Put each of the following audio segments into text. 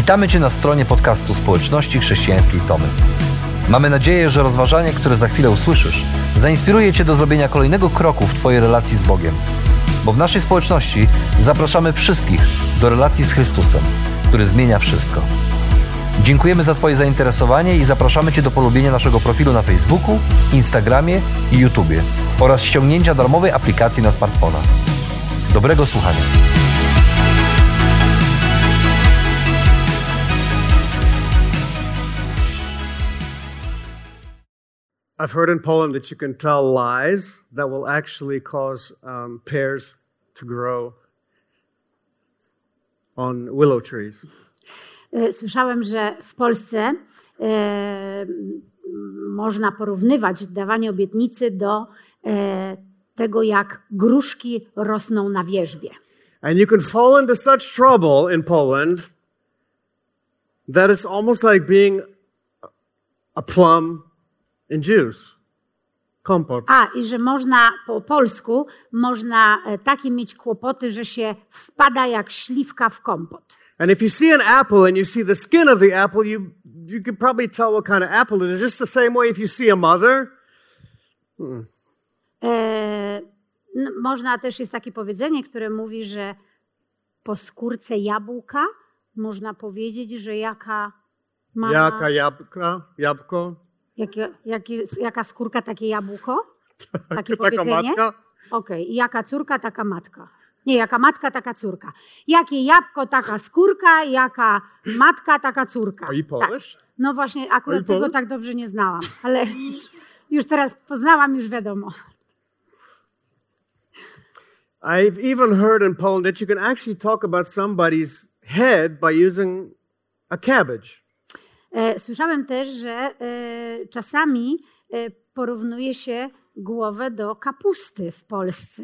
Witamy Cię na stronie podcastu Społeczności Chrześcijańskiej Tomy. Mamy nadzieję, że rozważanie, które za chwilę usłyszysz, zainspiruje Cię do zrobienia kolejnego kroku w Twojej relacji z Bogiem. Bo w naszej społeczności zapraszamy wszystkich do relacji z Chrystusem, który zmienia wszystko. Dziękujemy za Twoje zainteresowanie i zapraszamy Cię do polubienia naszego profilu na Facebooku, Instagramie i YouTubie oraz ściągnięcia darmowej aplikacji na smartfona. Dobrego słuchania. I've heard in Poland that you can tell lies that will actually cause pears to grow on willow trees. Słyszałem, że w Polsce można porównywać dawanie obietnicy do tego, jak gruszki rosną na wierzbie. And you can fall into such trouble in Poland that it's almost like being a plum in juice. Kompot. I że można po polsku można takie mieć kłopoty, że się wpada jak śliwka w kompot. And if you see an apple and you see the skin of the apple, you can probably tell what kind of apple it is. Just the same way if you see a mother. Można też, jest takie powiedzenie, które mówi, że po skórce jabłka można powiedzieć, że jaka mama... Jaka jabłko? Jaka skórka, takie jabłko? Takie Taka powiedzenie? matka? Okej. Jaka córka, taka matka. Nie, jaka matka, taka córka. Jakie jabłko, taka skórka, jaka matka, taka córka. Are you Polish? Tak. No właśnie, akurat tego tak dobrze nie znałam, ale już teraz poznałam, już wiadomo. I've even heard in Poland that you can actually talk about somebody's head by using a cabbage. Słyszałem też, że czasami porównuje się głowę do kapusty w Polsce.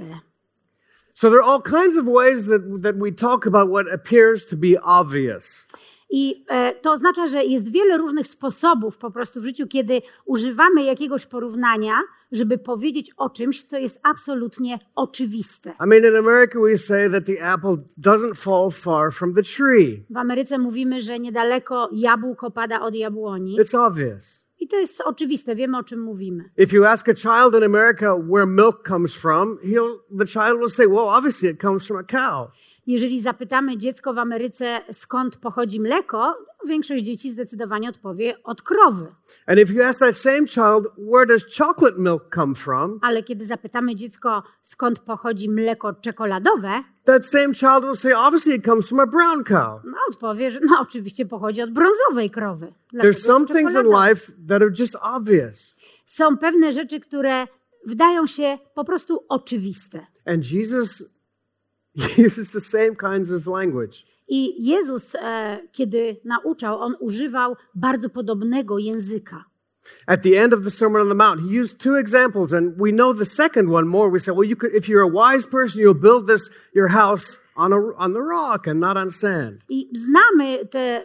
So there are all kinds of ways that we talk about what appears to be obvious. I to oznacza, że jest wiele różnych sposobów po prostu w życiu, kiedy używamy jakiegoś porównania, żeby powiedzieć o czymś, co jest absolutnie oczywiste. I mean, in America we say that the apple doesn't fall far from the tree. W Ameryce mówimy, że niedaleko jabłko pada od jabłoni. It's obvious. I to jest oczywiste, wiemy o czym mówimy. If you ask a child in America where milk comes from, the child will say, well, obviously it comes from a cow. Jeżeli zapytamy dziecko w Ameryce, skąd pochodzi mleko, większość dzieci zdecydowanie odpowie od krowy. And if you ask that same child, where does chocolate milk come from? Ale kiedy zapytamy dziecko, skąd pochodzi mleko czekoladowe, that same child will say, obviously it comes from a brown cow. Odpowie, że oczywiście pochodzi od brązowej krowy. There's some things in life that are just obvious. Są pewne rzeczy, które wydają się po prostu oczywiste. And Jesus uses the same kinds of language. I Jezus, kiedy nauczał, on używał bardzo podobnego języka. At the end of the Sermon on the Mount, he used two examples, and we know the second one more. We say, well, if you're a wise person, you'll build your house on the rock and not on sand. I znamy te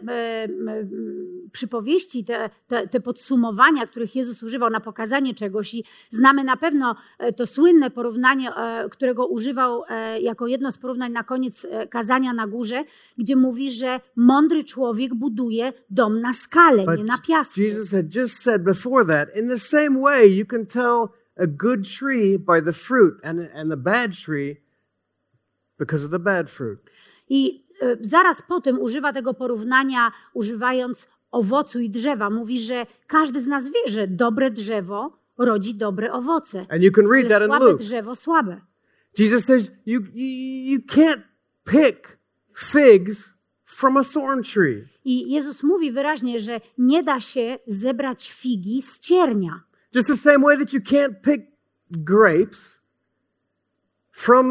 przypowieści, te podsumowania, których Jezus używał na pokazanie czegoś i znamy na pewno to słynne porównanie, którego używał jako jedno z porównań na koniec kazania na górze, gdzie mówi, że mądry człowiek buduje dom na skale, nie na piasku. Jesus had just said before that, in the same way you can tell a good tree by the fruit and a bad tree because of the bad fruit. I zaraz po tym używa tego porównania, używając owocu i drzewa. Mówi, że każdy z nas wie, że dobre drzewo rodzi dobre owoce. And you can read that in słabe Luke. drzewo słabe. Jesus says you can't pick figs from a thorn tree. I Jezus mówi wyraźnie, że nie da się zebrać figi z ciernia. Just the same way that you can't pick grapes from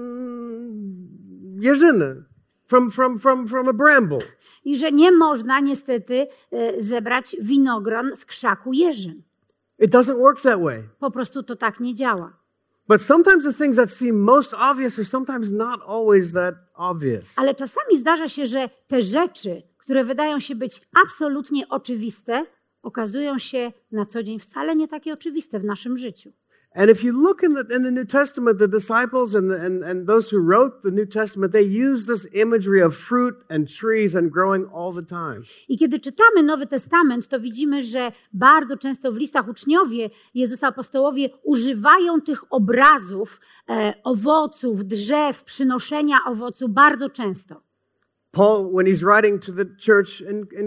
jeżyny, from a bramble. I że nie można niestety zebrać winogron z krzaku jeżyn. It doesn't work that way. Po prostu to tak nie działa. But sometimes the things that seem most obvious are sometimes not always that obvious. Ale czasami zdarza się, że te rzeczy, które wydają się być absolutnie oczywiste, okazują się na co dzień wcale nie takie oczywiste w naszym życiu. And if you look in the New Testament, the disciples and those who wrote the New Testament, they use this imagery of fruit and trees and growing all the time. I kiedy czytamy Nowy Testament, to widzimy, że bardzo często w listach uczniowie Jezusa, apostołowie używają tych obrazów owoców, drzew, przynoszenia owocu bardzo często. Paul, when he's writing to the church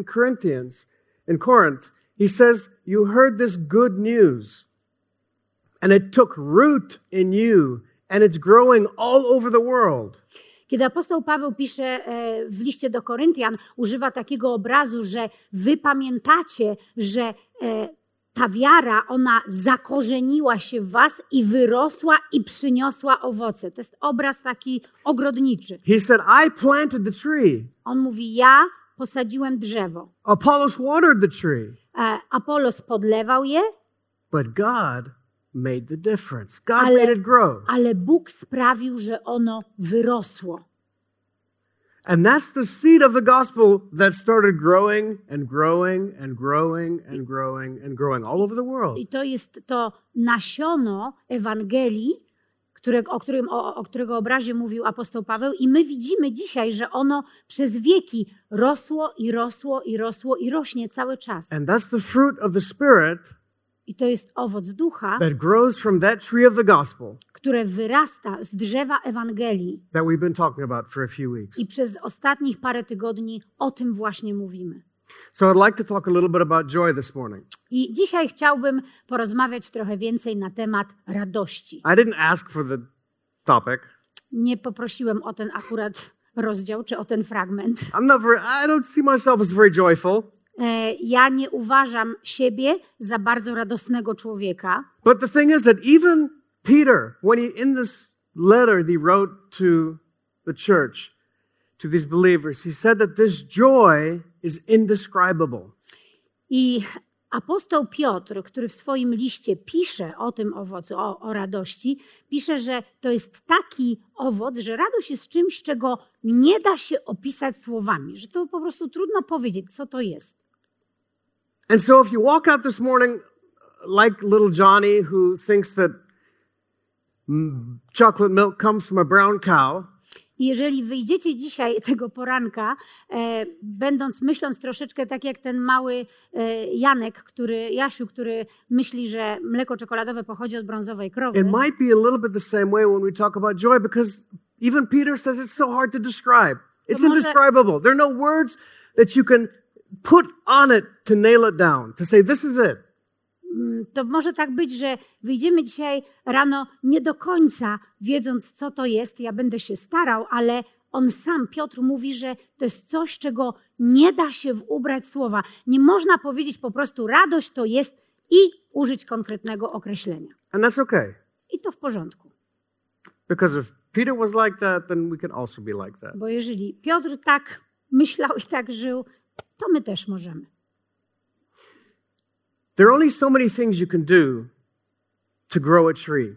in Corinth, he says, you heard this good news. And it took root in you, and it's growing all over the world. Kiedy apostoł Paweł pisze w liście do Koryntian, używa takiego obrazu, że wy pamiętacie, że ta wiara, ona zakorzeniła się w was i wyrosła i przyniosła owoce. To jest obraz taki ogrodniczy. He said, I planted the tree. On mówi, ja posadziłem drzewo. Apollos watered the tree. Apolos podlewał je, But God made the difference. God made it grow. ale Bóg sprawił, że ono wyrosło. And that's the seed of the gospel that started growing and growing and growing and growing and growing all over the world. I to jest to nasiono Ewangelii, o którego obrazie mówił apostoł Paweł. I my widzimy dzisiaj, że ono przez wieki rosło i rosło i rosło i rośnie cały czas. And that's the fruit of the Spirit I to jest owoc ducha, that grows from that tree of the gospel które wyrasta z drzewa Ewangelii. that we've been talking about for a few weeks. I przez ostatnich parę tygodni o tym właśnie mówimy. So I'd like to talk a little bit about joy this morning. I dzisiaj chciałbym porozmawiać trochę więcej na temat radości. I didn't ask for the topic. Nie poprosiłem o ten akurat rozdział, czy o ten fragment. I don't see myself as very joyful. Ja nie uważam siebie za bardzo radosnego człowieka. But the thing is that even Peter, when in this letter he wrote to the church, to these believers, he said that this joy is indescribable. I apostoł Piotr, który w swoim liście pisze o tym owocu, o radości, pisze, że to jest taki owoc, że radość jest czymś, czego nie da się opisać słowami, że to po prostu trudno powiedzieć, co to jest. And so if you walk out this morning like little Johnny who thinks that chocolate milk comes from a brown cow, Jeżeli wyjdziecie dzisiaj tego poranka, myśląc troszeczkę tak jak ten mały Jasiu, który myśli, że mleko czekoladowe pochodzi od brązowej krowy. it might be a little bit the same way when we talk about joy, because even Peter says it's so hard to describe. It's indescribable. There are no words that you can put on it to nail it down, to say this is it. To może tak być, że wyjdziemy dzisiaj rano nie do końca wiedząc, co to jest. Ja będę się starał, ale on sam, Piotr, mówi, że to jest coś, czego nie da się ubrać słowa. Nie można powiedzieć po prostu radość to jest i użyć konkretnego określenia. And that's okay. I to w porządku. Because if Peter was like that, then we can also be like that. Bo jeżeli Piotr tak myślał i tak żył, to my też możemy. There are only so many things you can do to grow a tree.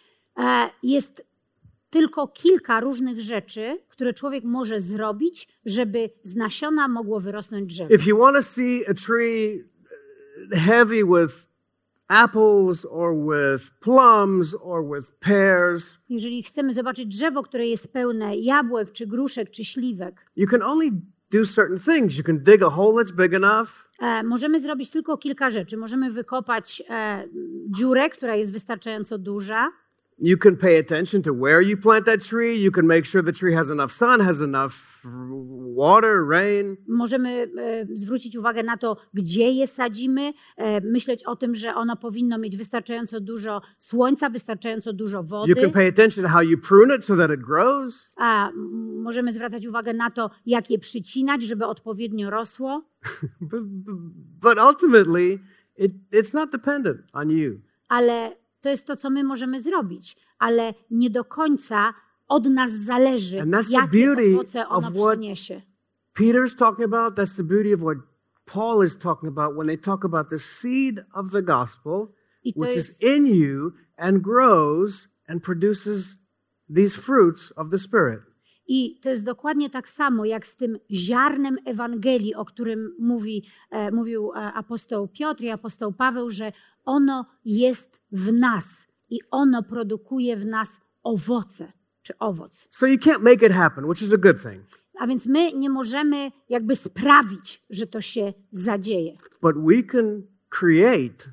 Jest tylko kilka różnych rzeczy, które człowiek może zrobić, żeby z nasiona mogło wyrosnąć drzewo. If you want to see a tree heavy with apples or with plums or with pears, Jeżeli chcemy zobaczyć drzewo, które jest pełne jabłek, czy gruszek, czy śliwek, you can only do certain things. You can dig a hole that's big enough. możemy zrobić tylko kilka rzeczy. Możemy wykopać dziurę, która jest wystarczająco duża. You can pay attention to where you plant that tree. You can make sure the tree has enough sun, has enough water, rain. Możemy zwrócić uwagę na to, gdzie je sadzimy, myśleć o tym, że ono powinno mieć wystarczająco dużo słońca, wystarczająco dużo wody. You can pay attention to how you prune it so that it grows. Możemy zwracać uwagę na to, jak je przycinać, żeby odpowiednio rosło. But ultimately, it's not dependent on you. Ale to jest to, co my możemy zrobić. Ale nie do końca od nas zależy, And that's the jakie beauty owoce ono of what przyniesie. Peter's talking about. That's the beauty of what Paul is talking about when they talk about the seed of the gospel, I to which jest- is in you and grows and produces these fruits of the Spirit. I to jest dokładnie tak samo, jak z tym ziarnem Ewangelii, o którym mówił apostoł Piotr i apostoł Paweł, że ono jest w nas. i ono produkuje w nas owoce, czy owoc. So you can't make it happen, which is a good thing. A więc my nie możemy jakby sprawić, że to się zadzieje. But we can create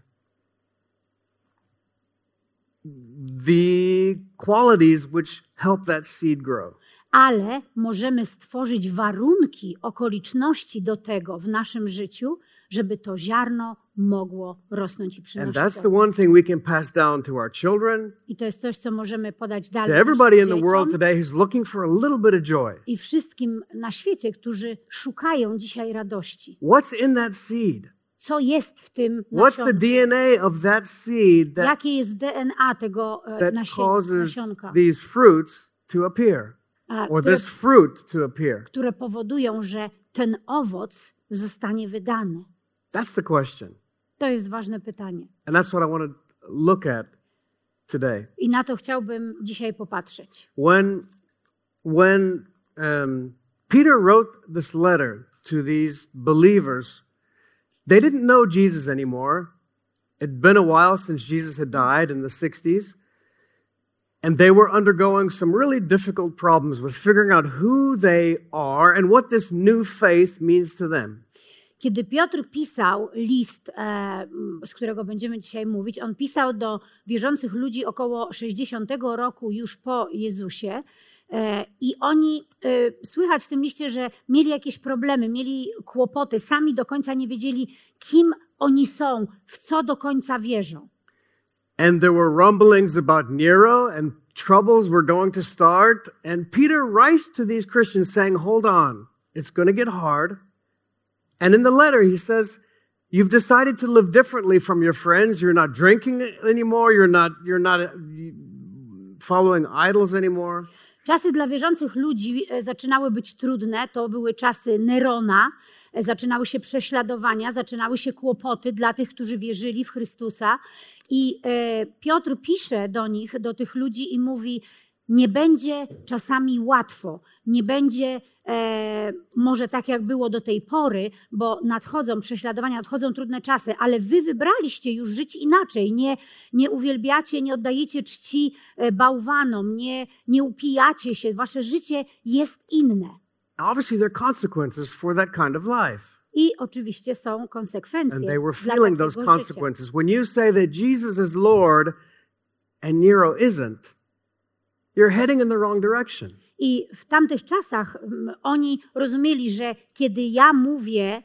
the qualities which help that seed grow. Ale możemy stworzyć warunki, okoliczności do tego w naszym życiu, żeby to ziarno mogło rosnąć i And przynosić that's the owoc. one thing we can pass down to our children, I to jest coś, co możemy podać to dalej everybody in naszym the world dzieciom today who's looking for a little bit of joy. i wszystkim na świecie, którzy szukają dzisiaj radości. What's in that seed? Co jest w tym What's the nasionku? DNA of that seed that Jakie jest DNA tego causes nasionka, these fruits to appear, or które, this fruit to appear? które powodują, że ten owoc zostanie wydany? That's the question. To jest ważne pytanie. And that's what I want to look at today. I na to chciałbym dzisiaj popatrzeć. When Peter wrote this letter to these believers, they didn't know Jesus anymore. It'd been a while since Jesus had died in the 60s. And they were undergoing some really difficult problems with figuring out who they are and what this new faith means to them. Kiedy Piotr pisał list, z którego będziemy dzisiaj mówić, on pisał do wierzących ludzi około 60 roku już po Jezusie i oni, słychać w tym liście, że mieli jakieś problemy, mieli kłopoty, sami do końca nie wiedzieli, kim oni są, w co do końca wierzą. And there were rumblings about Nero and troubles were going to start. And Peter writes to these Christians saying, hold on, it's going to get hard. And in the letter, he says, you've decided to live differently from your friends. You're not drinking anymore. You're not following idols anymore. Czasy dla wierzących ludzi zaczynały być trudne. To były czasy Nerona. Zaczynały się prześladowania, zaczynały się kłopoty dla tych, którzy wierzyli w Chrystusa. I Piotr pisze do nich, do tych ludzi i mówi, nie będzie czasami łatwo, nie będzie może tak, jak było do tej pory, bo nadchodzą prześladowania, nadchodzą trudne czasy, ale wy wybraliście już żyć inaczej. Nie uwielbiacie, nie oddajecie czci bałwanom, nie upijacie się. Wasze życie jest inne. Obviously, there are consequences for that kind of life. I oczywiście są konsekwencje. And they were dla feeling those takiego życia. consequences. When you say that Jesus is Lord and Nero isn't, you're heading in the wrong direction. I w tamtych czasach oni rozumieli, że kiedy ja mówię,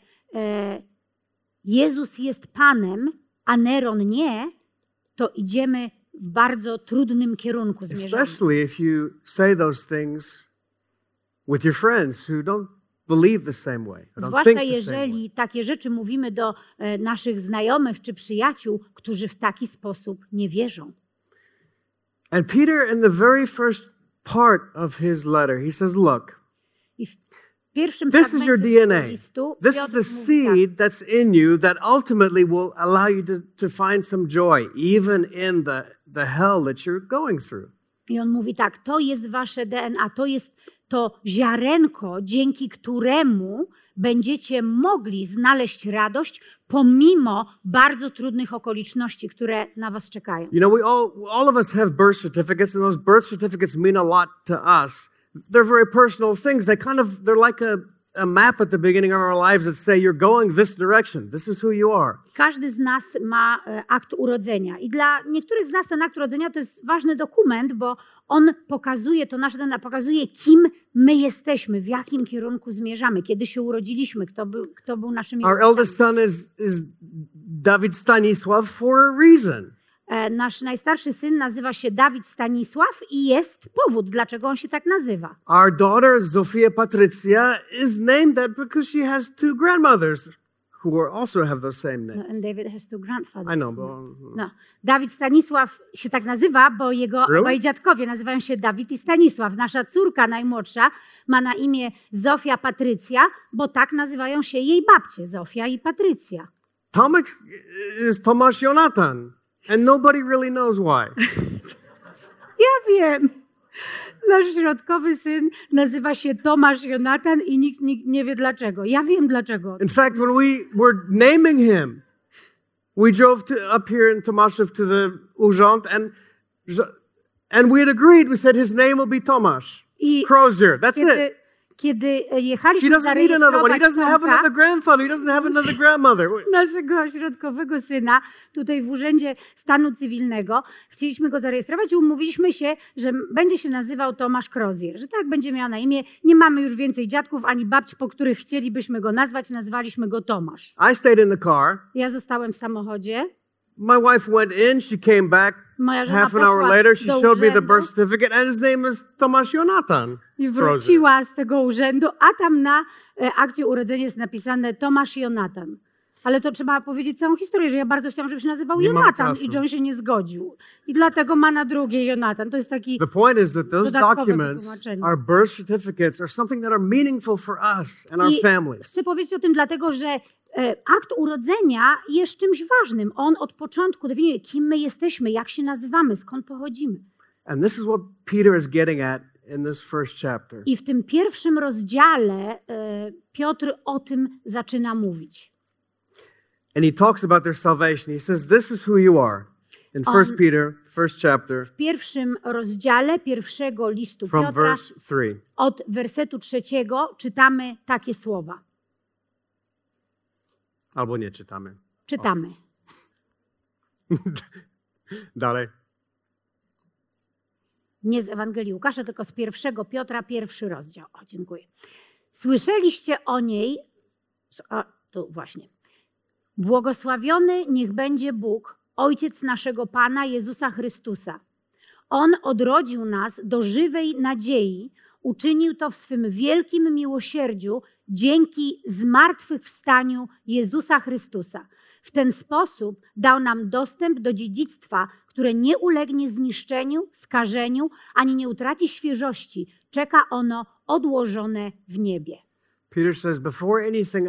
Jezus jest Panem, a Neron nie, to idziemy w bardzo trudnym kierunku, zmierzamy. Especially if you say those things with your friends who don't believe the same way. Don't Zwłaszcza think the same way. jeżeli takie rzeczy mówimy do naszych znajomych czy przyjaciół, którzy w taki sposób nie wierzą. And Peter, in the very first part of his letter, he says, look, I w pierwszym this is your fragmencie DNA. tego listu This is Piotr the mówi tak, seed that's in you that ultimately will allow you to find some joy, even in the hell that you're going through. I on mówi tak, to jest wasze DNA, to jest to ziarenko, dzięki któremu będziecie mogli znaleźć radość pomimo bardzo trudnych okoliczności, które na was czekają. You know, all of us have birth certificates, and those birth certificates mean a lot to us. They're very personal things. They're like a map at the beginning of our lives that say you're going this direction. This is who you are. Każdy z nas ma akt urodzenia i dla niektórych z nas ten akt urodzenia to jest ważny dokument, bo on pokazuje, to nasze DNA pokazuje, kim my jesteśmy, w jakim kierunku zmierzamy, kiedy się urodziliśmy, kto był naszymi Our eldest son is David Stanisław for a reason. Nasz najstarszy syn nazywa się Dawid Stanisław i jest powód, dlaczego on się tak nazywa. Our daughter, Zofia Patrycja, is named that because she has two grandmothers who also have the same name. No, and David has two grandfathers. I know, but... No. Dawid Stanisław się tak nazywa, bo jego obaj dziadkowie nazywają się Dawid i Stanisław. Nasza córka najmłodsza ma na imię Zofia Patrycja, bo tak nazywają się jej babcie, Zofia i Patrycja. Tomek is Tomasz Jonatan, and nobody really knows why. Ja wiem. Nasz środkowy syn nazywa się Tomasz Jonatan i nikt nie wie dlaczego. Ja wiem dlaczego. In fact, when we were naming him, we drove up here in Tomaszów to the urząd, and And we had agreed, we said his name will be Tomasz I Crozier. That's it. kiedy He jechaliśmy doesn't need another one. He zarejestrować doesn't have Tomka, another grandfather. He doesn't have another grandmother. naszego środkowego syna, tutaj w Urzędzie Stanu Cywilnego, chcieliśmy go zarejestrować i umówiliśmy się, że będzie się nazywał Tomasz Crozier, że tak będzie miał na imię. Nie mamy już więcej dziadków ani babci, po których chcielibyśmy go nazwać, nazwaliśmy go Tomasz. I stayed in the car. Ja zostałem w samochodzie. My wife went in. She came back. Moja żona Half an hour poszła later, she do showed me the urzędu birth certificate, and his name is Tomasz Jonathan i Crozier. wróciła z tego urzędu, a tam na akcie urodzenia jest napisane Tomasz Jonathan. Ale to trzeba powiedzieć całą historię, że ja bardzo chciałam, żeby się nazywał Nie mam Jonathan czasu. i John się nie zgodził. I dlatego ma na drugie Jonathan. To jest taki The point is that those dodatkowe documents, wytłumaczenie. our birth certificates, are something that are meaningful for us and our I families. chcę powiedzieć o tym dlatego, że akt urodzenia jest czymś ważnym. On od początku definiuje, kim my jesteśmy, jak się nazywamy, skąd pochodzimy. And this is what Peter is getting at in this first chapter. I w tym pierwszym rozdziale Piotr o tym zaczyna mówić. And he talks about their salvation. He says, this is who you are. In 1 Peter, first chapter, W pierwszym rozdziale pierwszego listu from Piotra verse 3. od wersetu 3 czytamy takie słowa. Albo nie czytamy. Czytamy. Dalej. Nie z Ewangelii Łukasza, tylko z 1 Piotra, 1 rozdział. O, dziękuję. Słyszeliście o niej, tu właśnie. Błogosławiony niech będzie Bóg, Ojciec naszego Pana Jezusa Chrystusa. On odrodził nas do żywej nadziei, uczynił to w swym wielkim miłosierdziu dzięki zmartwychwstaniu Jezusa Chrystusa. W ten sposób dał nam dostęp do dziedzictwa, które nie ulegnie zniszczeniu, skażeniu, ani nie utraci świeżości. Czeka ono odłożone w niebie. Peter says, before anything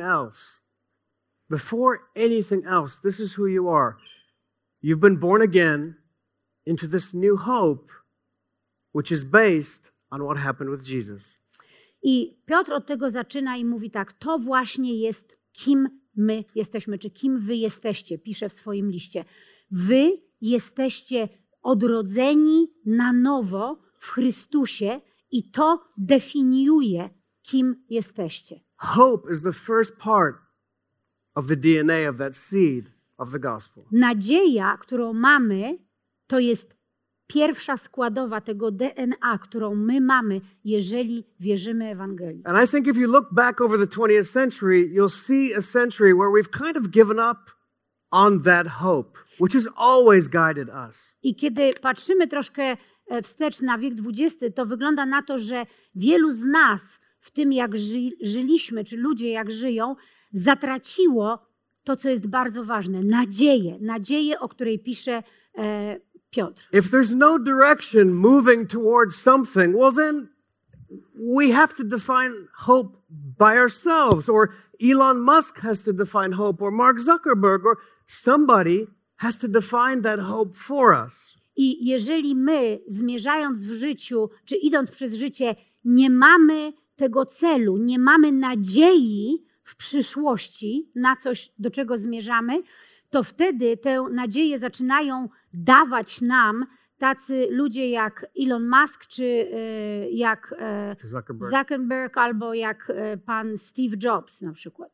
else, this is who you are. You've been born again into this new hope, which is based on what happened with Jesus. I Piotr od tego zaczyna i mówi tak, to właśnie jest kim my jesteśmy, czy kim wy jesteście, pisze w swoim liście. Wy jesteście odrodzeni na nowo w Chrystusie i to definiuje, kim jesteście. Hope is the first part of the DNA of that seed of the gospel. Nadzieja, którą mamy, to jest pierwsza składowa tego DNA, którą my mamy, jeżeli wierzymy Ewangelii. And I think if you look back over the 20th century, you'll see a century where we've kind of given up on that hope, which has always guided us. I kiedy patrzymy troszkę wstecz na wiek XX, to wygląda na to, że wielu z nas w tym, jak żyliśmy, czy ludzie jak żyją, zatraciło to, co jest bardzo ważne, nadzieję, o której pisze Piotr. If there's no direction moving towards something, well then we have to define hope by ourselves, or Elon Musk has to define hope, or Mark Zuckerberg, or somebody has to define that hope for us. I jeżeli my, zmierzając w życiu, czy idąc przez życie, nie mamy tego celu, nie mamy nadziei w przyszłości na coś, do czego zmierzamy, to wtedy tę nadzieję zaczynają dawać nam tacy ludzie jak Elon Musk, czy jak Zuckerberg, albo jak pan Steve Jobs na przykład.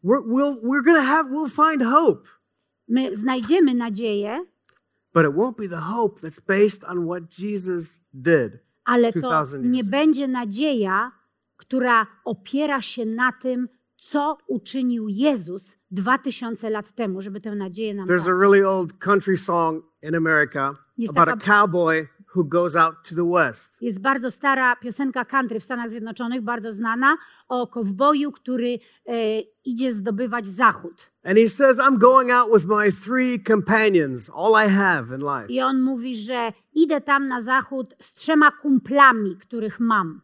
We'll find hope. My znajdziemy nadzieję, but it won't be the hope that's based on what Jesus did. Ale to nie będzie nadzieja, która opiera się na tym, co uczynił Jezus 2000 lat temu, żeby tę nadzieję nam dać. There's a really old country song in America about a cowboy who goes out to the west. Jest bardzo stara piosenka country w Stanach Zjednoczonych, bardzo znana, o kowboju, który idzie zdobywać zachód. And he says, I'm going out with my 3 companions, all I have in life. I on mówi, że idę tam na zachód z 3 kumplami, których mam.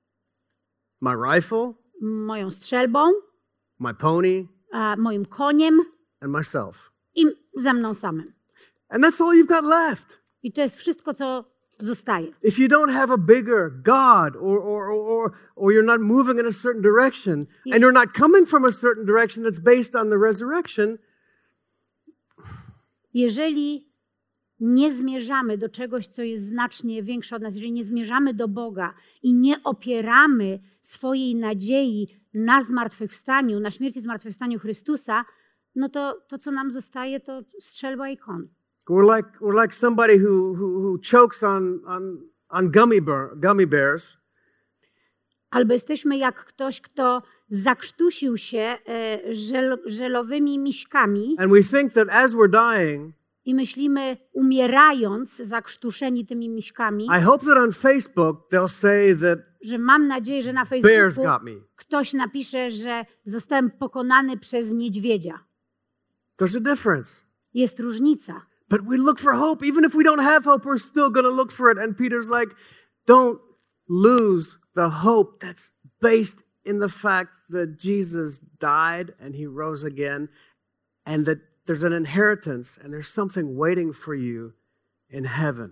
My rifle, moją strzelbą, my pony, moim koniem and myself. I ze mną samym. And that's all you've got left. I to jest wszystko, co zostaje. If you don't have a bigger God, or you're not moving in a certain direction, and you're not coming from a certain direction that's based on the resurrection. Jeżeli nie zmierzamy do czegoś, co jest znacznie większe od nas, jeżeli nie zmierzamy do Boga i nie opieramy swojej nadziei na zmartwychwstaniu, na śmierci i zmartwychwstaniu Chrystusa, no to co nam zostaje, to strzelba i kon. We're like somebody who chokes on gummy bears. Albo jesteśmy jak ktoś, kto zakrztusił się żelowymi miśkami And we think that as we're dying, i myślimy, umierając, zakrztuszeni tymi miśkami, I hope that on Facebook they'll say that że mam nadzieję, że na bears Facebooku got me. ktoś napisze, że zostałem pokonany przez niedźwiedzia. There's a difference. Jest różnica. But we look for hope. Even if we don't have hope, we're still going to look for it. And Peter's like, don't lose the hope that's based in the fact that Jesus died and he rose again, and that there's an inheritance and there's something waiting for you in heaven.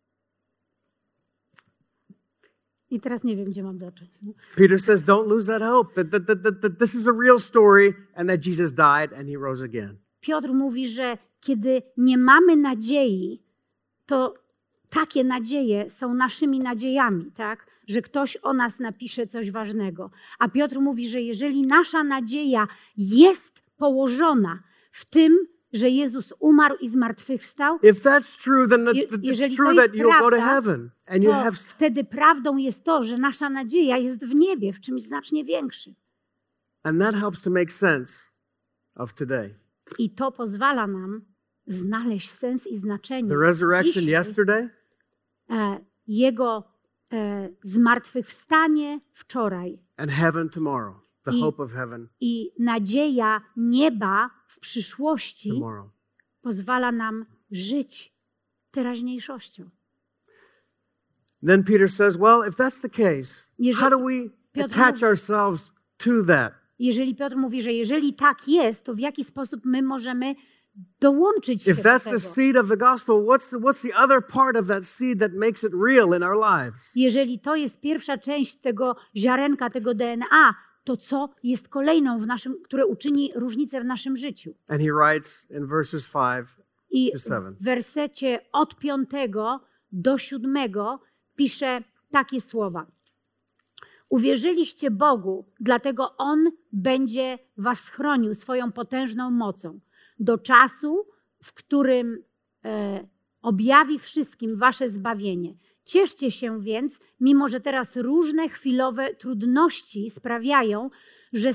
I teraz nie wiem, gdzie mam zacząć. Peter says, don't lose that hope, that this is a real story and that Jesus died and he rose again. Piotr mówi, że kiedy nie mamy nadziei, to takie nadzieje są naszymi nadziejami, tak? Że ktoś o nas napisze coś ważnego. A Piotr mówi, że jeżeli nasza nadzieja jest położona w tym, że Jezus umarł i zmartwychwstał, If that's true, then jeżeli it's true to that jest you'll go to prawda, heaven and you to have. wtedy prawdą jest to, że nasza nadzieja jest w niebie, w czymś znacznie większym. And that helps to make sense of today. I to pozwala nam znaleźć sens i znaczenie The resurrection dzisiaj, yesterday, Jego zmartwychwstanie wczoraj and heaven tomorrow. The hope of heaven i nadzieja nieba w przyszłości tomorrow. pozwala nam żyć teraźniejszością. Then Peter says, well, if that's the case, how do we Piotr attach mówi- ourselves to that? Jeżeli Piotr mówi, że jeżeli tak jest, to w jaki sposób my możemy dołączyć się If do that's tego? the seed of the gospel, what's the other part of that seed that makes it real in our lives? Jeżeli to jest pierwsza część tego ziarenka, tego DNA, to co jest kolejną, które uczyni różnicę w naszym życiu? And he writes in verses 5 I to 7. w wersecie od 5 do 7 pisze takie słowa. Uwierzyliście Bogu, dlatego On będzie was chronił swoją potężną mocą do czasu, w którym objawi wszystkim wasze zbawienie. Cieszcie się więc, mimo że teraz różne chwilowe trudności sprawiają, że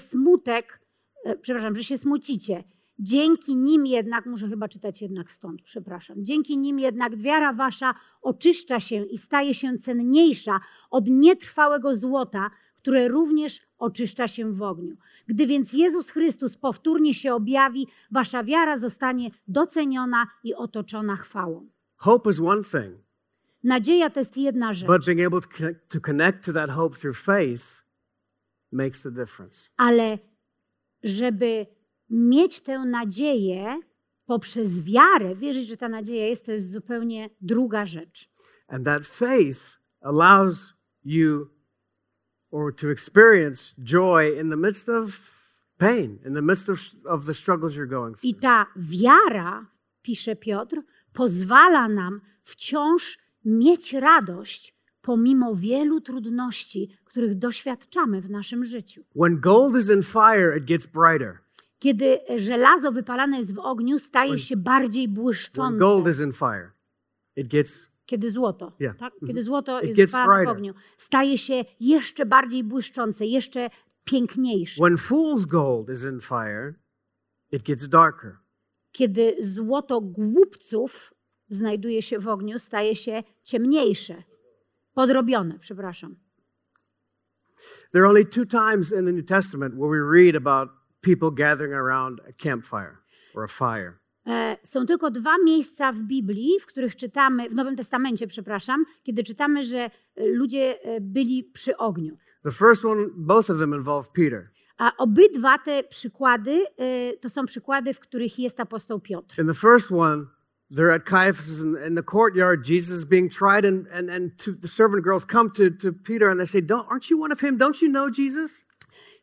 że się smucicie. Dzięki nim jednak, muszę chyba czytać jednak stąd, dzięki nim jednak wiara wasza oczyszcza się i staje się cenniejsza od nietrwałego złota, które również oczyszcza się w ogniu. Gdy więc Jezus Chrystus powtórnie się objawi, wasza wiara zostanie doceniona i otoczona chwałą. Hope is one thing, Nadzieja to jest jedna rzecz, but being able to connect to that hope through faith makes the difference. ale żeby mieć tę nadzieję poprzez wiarę, wierzyć, że ta nadzieja jest, to jest zupełnie druga rzecz. And that faith allows you or to experience joy in the midst of pain, in the midst of the struggles you're going through. I ta wiara, pisze Piotr, pozwala nam wciąż mieć radość pomimo wielu trudności, których doświadczamy w naszym życiu. When gold is in fire, it gets brighter. Kiedy żelazo wypalane jest w ogniu, staje się bardziej When błyszczące. gold is in fire, it gets Kiedy złoto, Yeah. tak? Kiedy złoto It jest gets wypalane w brighter. ogniu, staje się jeszcze bardziej błyszczące, jeszcze piękniejsze. when fool's gold is in fire, it gets darker. Kiedy złoto głupców znajduje się w ogniu, staje się ciemniejsze. Podrobione, przepraszam. There are only 2 times in the New Testament where we read about people gathering around a campfire or a fire. Są tylko 2 miejsca w Biblii, w których czytamy, w Nowym Testamencie, przepraszam, kiedy czytamy, że ludzie byli przy ogniu. The first one, both of them involve Peter. A obydwa te przykłady to są przykłady, w których jest apostoł Piotr. In the first one, they're at Caiaphas in the courtyard. Jesus is being tried, and the servant girls come to Peter and they say, aren't you one of him? Don't you know Jesus?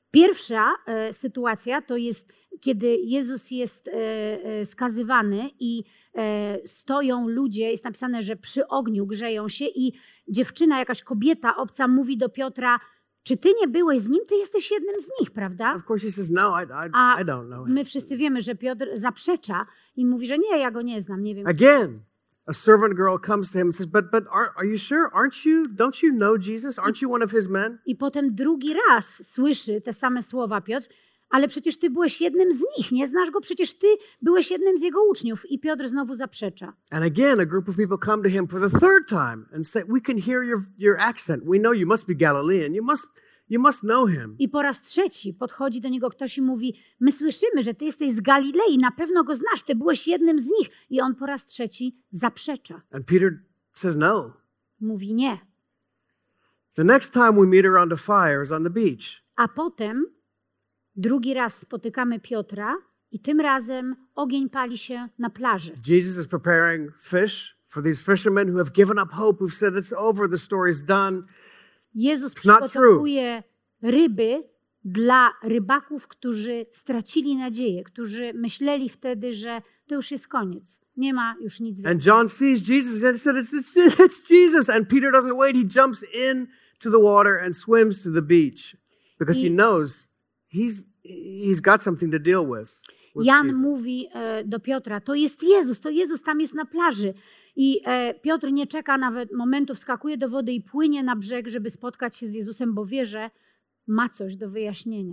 Pierwsza sytuacja to jest, kiedy Jezus jest skazywany i stoją ludzie, jest napisane, że przy ogniu grzeją się i dziewczyna, jakaś kobieta obca mówi do Piotra, czy ty nie byłeś z nim? Ty jesteś jednym z nich, prawda? Of course he says, no, A I don't know. my wszyscy wiemy, że Piotr zaprzecza i mówi, że nie, ja go nie znam, nie wiem. Again, a servant girl comes to him and says, but are you sure? Don't you know Jesus? Aren't you one of his men? I potem drugi raz słyszy te same słowa Piotr, ale przecież ty byłeś jednym z nich, nie znasz go? Przecież ty byłeś jednym z jego uczniów. I Piotr znowu zaprzecza. And again, a group of people come to him for the third time and say, we can hear your accent. We know you must be Galilean. You must know him. I po raz trzeci podchodzi do niego ktoś i mówi, my słyszymy, że ty jesteś z Galilei, na pewno go znasz, ty byłeś jednym z nich. I on po raz trzeci zaprzecza. And Peter says, no. Mówi nie. The next time we meet around a fire is on the beach. A potem drugi raz spotykamy Piotra i tym razem ogień pali się na plaży. Jesus is preparing fish for these fishermen who have given up hope, who've said it's over, the story's done. Jezus not przygotowuje ryby dla rybaków, którzy stracili nadzieję, którzy myśleli wtedy, że to już jest koniec. Nie ma już nic więcej. And John sees Jesus and said, it's Jesus. And Peter doesn't wait. He jumps in to the water and swims to the beach because he knows he's got something to deal with Jan Jesus. mówi do Piotra, to Jezus tam jest na plaży. I Piotr nie czeka nawet momentu, wskakuje do wody i płynie na brzeg, żeby spotkać się z Jezusem, bo wie, że ma coś do wyjaśnienia.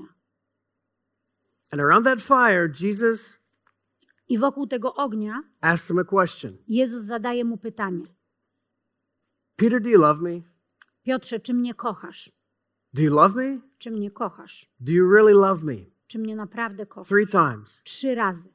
And around that fire, Jesus I wokół tego ognia asks him a question. Jezus zadaje mu pytanie. Peter, do you love me? Piotrze, czy mnie kochasz? Do you love me? Czy mnie kochasz? Do you really love me? Czy mnie naprawdę kochasz? 3 times. 3 razy.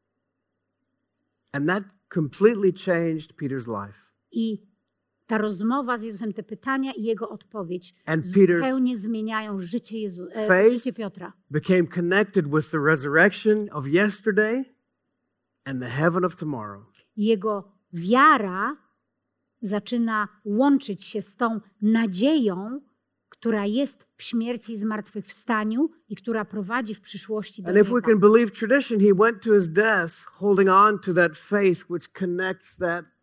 And that completely changed Peter's life. I ta rozmowa z Jezusem, te pytania i jego odpowiedź And Peter's zupełnie zmieniają życie, faith życie Piotra. became connected with the resurrection of yesterday and the heaven of tomorrow. Jego wiara zaczyna łączyć się z tą nadzieją, która jest w śmierci i zmartwychwstaniu i która prowadzi w przyszłości do And if we nieba. can believe tradition, he went to his death holding on to that faith which connects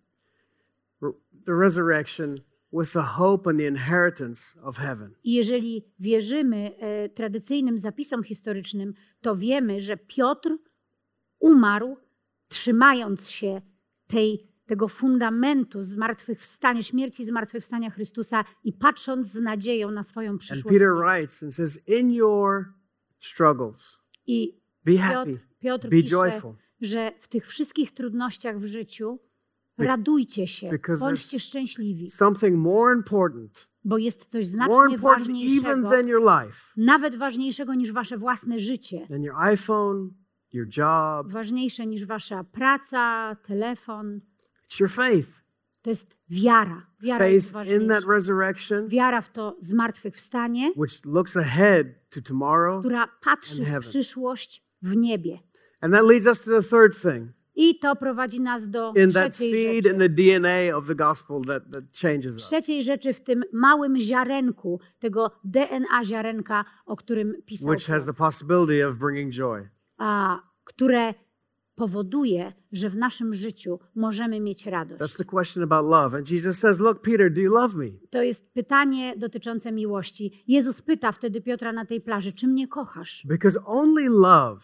the resurrection with the hope and the inheritance of heaven. I jeżeli wierzymy tradycyjnym zapisom historycznym, to wiemy, że Piotr umarł, trzymając się tego fundamentu zmartwychwstania, śmierci i zmartwychwstania Chrystusa i patrząc z nadzieją na swoją And przyszłość. Peter writes and says, in your struggles, I be happy, Piotr be pisze, joyful. że w tych wszystkich trudnościach w życiu radujcie się, because bądźcie there's szczęśliwi, something more important, bo jest coś more znacznie important even ważniejszego, than your life, nawet ważniejszego niż wasze własne życie, than your iPhone, your job. ważniejsze niż wasza praca, telefon. It's your faith. To jest wiara. Wiara jest Faith in that ważniejsza. resurrection, Wiara w to zmartwychwstanie, which looks ahead to tomorrow. która patrzy in w heaven. przyszłość w niebie. And that leads us to the third thing. I to prowadzi nas do In that trzeciej seed rzeczy. in the DNA of the gospel that changes us. Trzeciej rzeczy w tym małym ziarenku, tego DNA ziarenka, o którym pisał Which has Piotr, the possibility of bringing joy. które powoduje, że w naszym życiu możemy mieć radość. That's the question about love. And Jesus says, look, Peter, do you love me? To jest pytanie dotyczące miłości. Jezus pyta wtedy Piotra na tej plaży, czy mnie kochasz? Because only love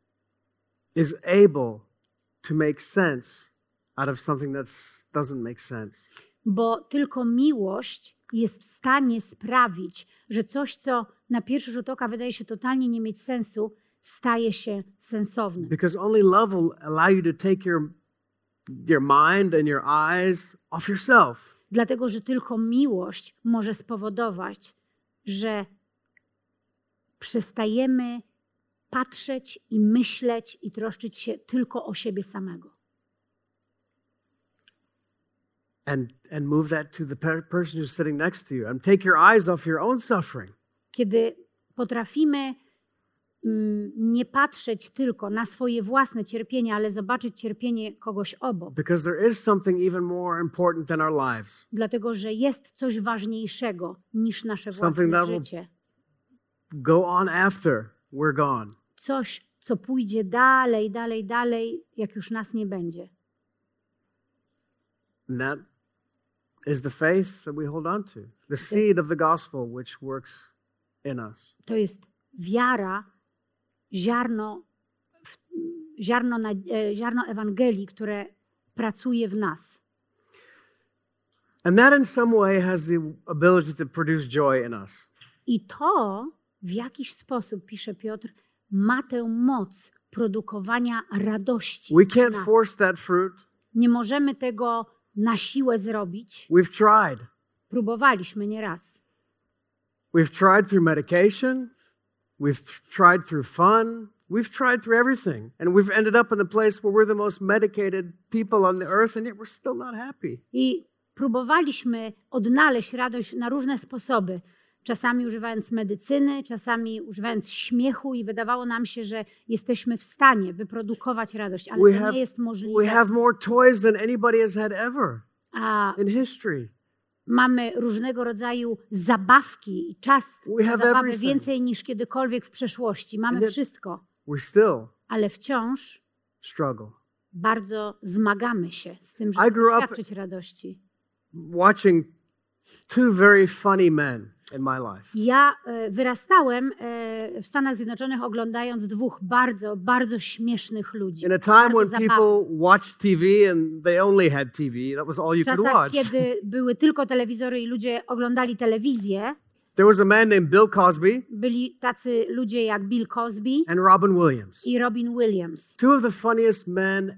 is able to make sense out of something that doesn't make sense. Bo tylko miłość jest w stanie sprawić, że coś, co na pierwszy rzut oka wydaje się totalnie nie mieć sensu, staje się sensowne. Because only love will allow you to take your mind and your eyes off yourself. Dlatego, że tylko miłość może spowodować, że przestajemy patrzeć i myśleć i troszczyć się tylko o siebie samego. And move that to the person who's sitting next to you. And take your eyes off your own suffering. Kiedy potrafimy nie patrzeć tylko na swoje własne cierpienie, ale zobaczyć cierpienie kogoś obok. Because there is something even more important than our lives. Dlatego, że jest coś ważniejszego niż nasze Something własne that will życie. go on after we're gone. Coś, co pójdzie dalej, dalej, dalej, jak już nas nie będzie. And that is the faith that we hold on to, the seed of the gospel which works in us. To jest wiara, ziarno Ewangelii, które pracuje w nas. And that in some way has the ability to produce joy in us. I to w jakiś sposób, pisze Piotr, ma tę moc produkowania radości. We can't force that fruit. Nie możemy tego na siłę zrobić. We've tried. Próbowaliśmy nieraz. We've tried through medication. We've tried through fun. We've tried through everything. And we've ended up in the place where we're the most medicated people on the earth, and yet we're still not happy. I próbowaliśmy odnaleźć radość na różne sposoby. Czasami używając medycyny, czasami używając śmiechu i wydawało nam się, że jesteśmy w stanie wyprodukować radość, ale to nie jest We możliwe. have more toys than anybody has had ever A in history. mamy różnego rodzaju zabawki i czas We na have zabawę everything. więcej niż kiedykolwiek w przeszłości. Mamy And yet- wszystko, We still ale wciąż struggle. bardzo zmagamy się z tym, żeby I grew up- doświadczyć radości. Watching two very funny men in my life. Ja wyrastałem w Stanach Zjednoczonych oglądając dwóch bardzo, bardzo śmiesznych ludzi. In a time Bardzo when zabawnych. people watched TV and they only had TV, that was all you W could czasach, watch. kiedy były tylko telewizory i ludzie oglądali telewizję, There was a man named Bill Cosby byli tacy ludzie jak Bill Cosby and Robin Williams. i Robin Williams. Two of the funniest men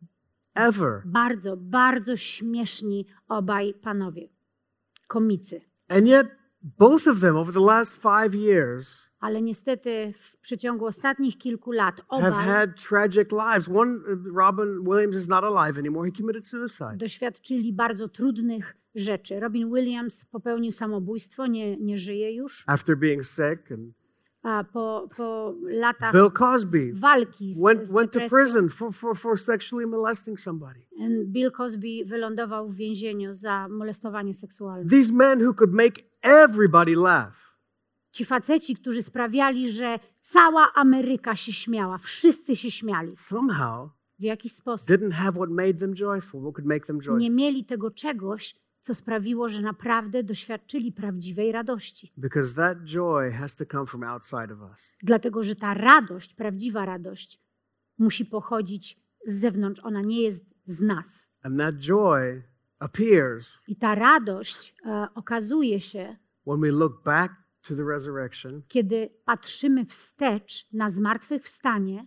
ever. Bardzo, bardzo śmieszni obaj panowie, komicy. And yet, both of them over the last 5 years Ale niestety w przeciągu ostatnich kilku lat have obaj had tragic lives. One, Robin Williams, is not alive anymore. He committed suicide. doświadczyli bardzo trudnych rzeczy. Robin Williams popełnił samobójstwo, nie żyje już. After being sick. And A po latach Bill Cosby walki z went to depresją, prison for sexually molesting somebody. Bill Cosby wylądował w więzieniu za molestowanie seksualne. These men who could make everybody laugh. Ci faceci, którzy sprawiali, że cała Ameryka się śmiała, wszyscy się śmiali. Somehow W jakiś sposób didn't have what made them joyful, what could make them joyful. nie mieli tego czegoś, co sprawiło, że naprawdę doświadczyli prawdziwej radości. Because that joy has to come from outside of us. Dlatego, że ta radość, prawdziwa radość, musi pochodzić z zewnątrz. Ona nie jest z nas. And that joy appears I ta radość okazuje się, when we look back to the resurrection, kiedy patrzymy wstecz na zmartwychwstanie,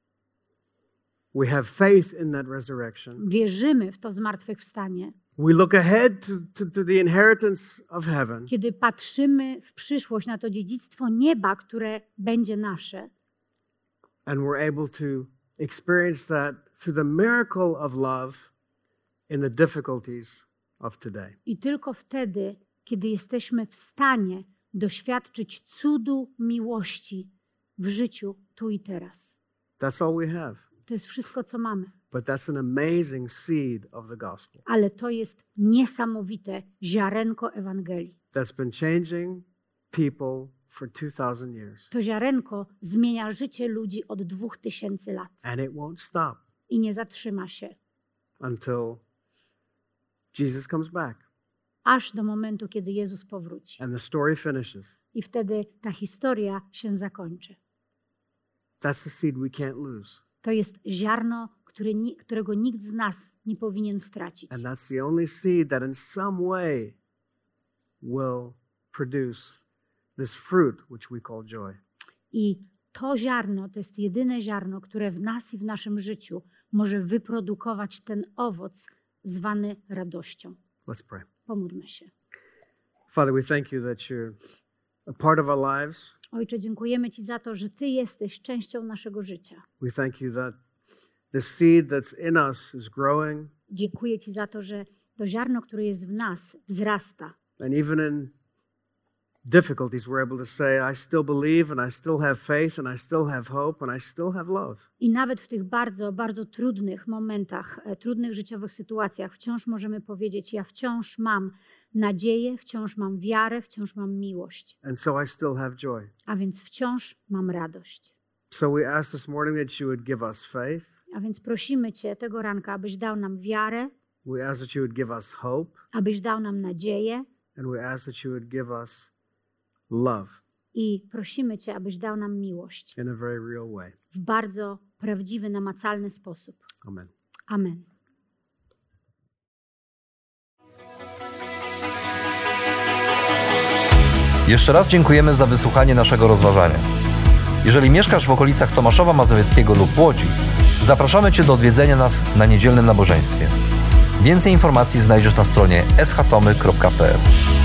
we have faith in that resurrection. wierzymy w to zmartwychwstanie, We look ahead to the inheritance of heaven, kiedy patrzymy w przyszłość na to dziedzictwo nieba, które będzie nasze, and we're able to experience that through the miracle of love in the difficulties of today. i tylko wtedy, kiedy jesteśmy w stanie doświadczyć cudu miłości w życiu tu i teraz. That's all we have. To jest wszystko, co mamy. But that's an amazing seed of the gospel Ale to jest niesamowite ziarenko Ewangelii. that's been changing people for 2000 years. To ziarenko zmienia życie ludzi od 2000 lat And it won't stop i nie zatrzyma się, until Jesus comes back aż do momentu, kiedy Jezus powróci. and the story finishes. I wtedy ta historia się zakończy. That's the seed we can't lose. To jest ziarno, którego nikt z nas nie powinien stracić. And that's the only seed that in some way will produce this fruit which we call joy. I to ziarno to jest jedyne ziarno, które w nas i w naszym życiu może wyprodukować ten owoc zwany radością. Let's pray. Pomódlmy się. Father, we thank you that you're a part of our lives. Ojcze, dziękujemy Ci za to, że Ty jesteś częścią naszego życia. We thank you that the seed that's in us is growing. Dziękuję Ci za to, że to ziarno, które jest w nas, wzrasta. And even in difficulties, we're able to say, I still believe, and I still have faith, and I still have hope, and I still have love. I nawet w tych bardzo, bardzo trudnych momentach, trudnych życiowych sytuacjach wciąż możemy powiedzieć, ja wciąż mam nadzieję, wciąż mam wiarę, wciąż mam miłość. And so I still have joy. A więc wciąż mam radość. So we ask this morning that you would give us faith. A więc prosimy Cię tego ranka, abyś dał nam wiarę, We ask that you would give us hope. abyś dał nam nadzieję And we ask that you would give us love i prosimy Cię, abyś dał nam miłość in a very real way. w bardzo prawdziwy, namacalny sposób. Amen. Amen. Jeszcze raz dziękujemy za wysłuchanie naszego rozważania. Jeżeli mieszkasz w okolicach Tomaszowa Mazowieckiego lub Łodzi, zapraszamy Cię do odwiedzenia nas na niedzielnym nabożeństwie. Więcej informacji znajdziesz na stronie schtomy.pl.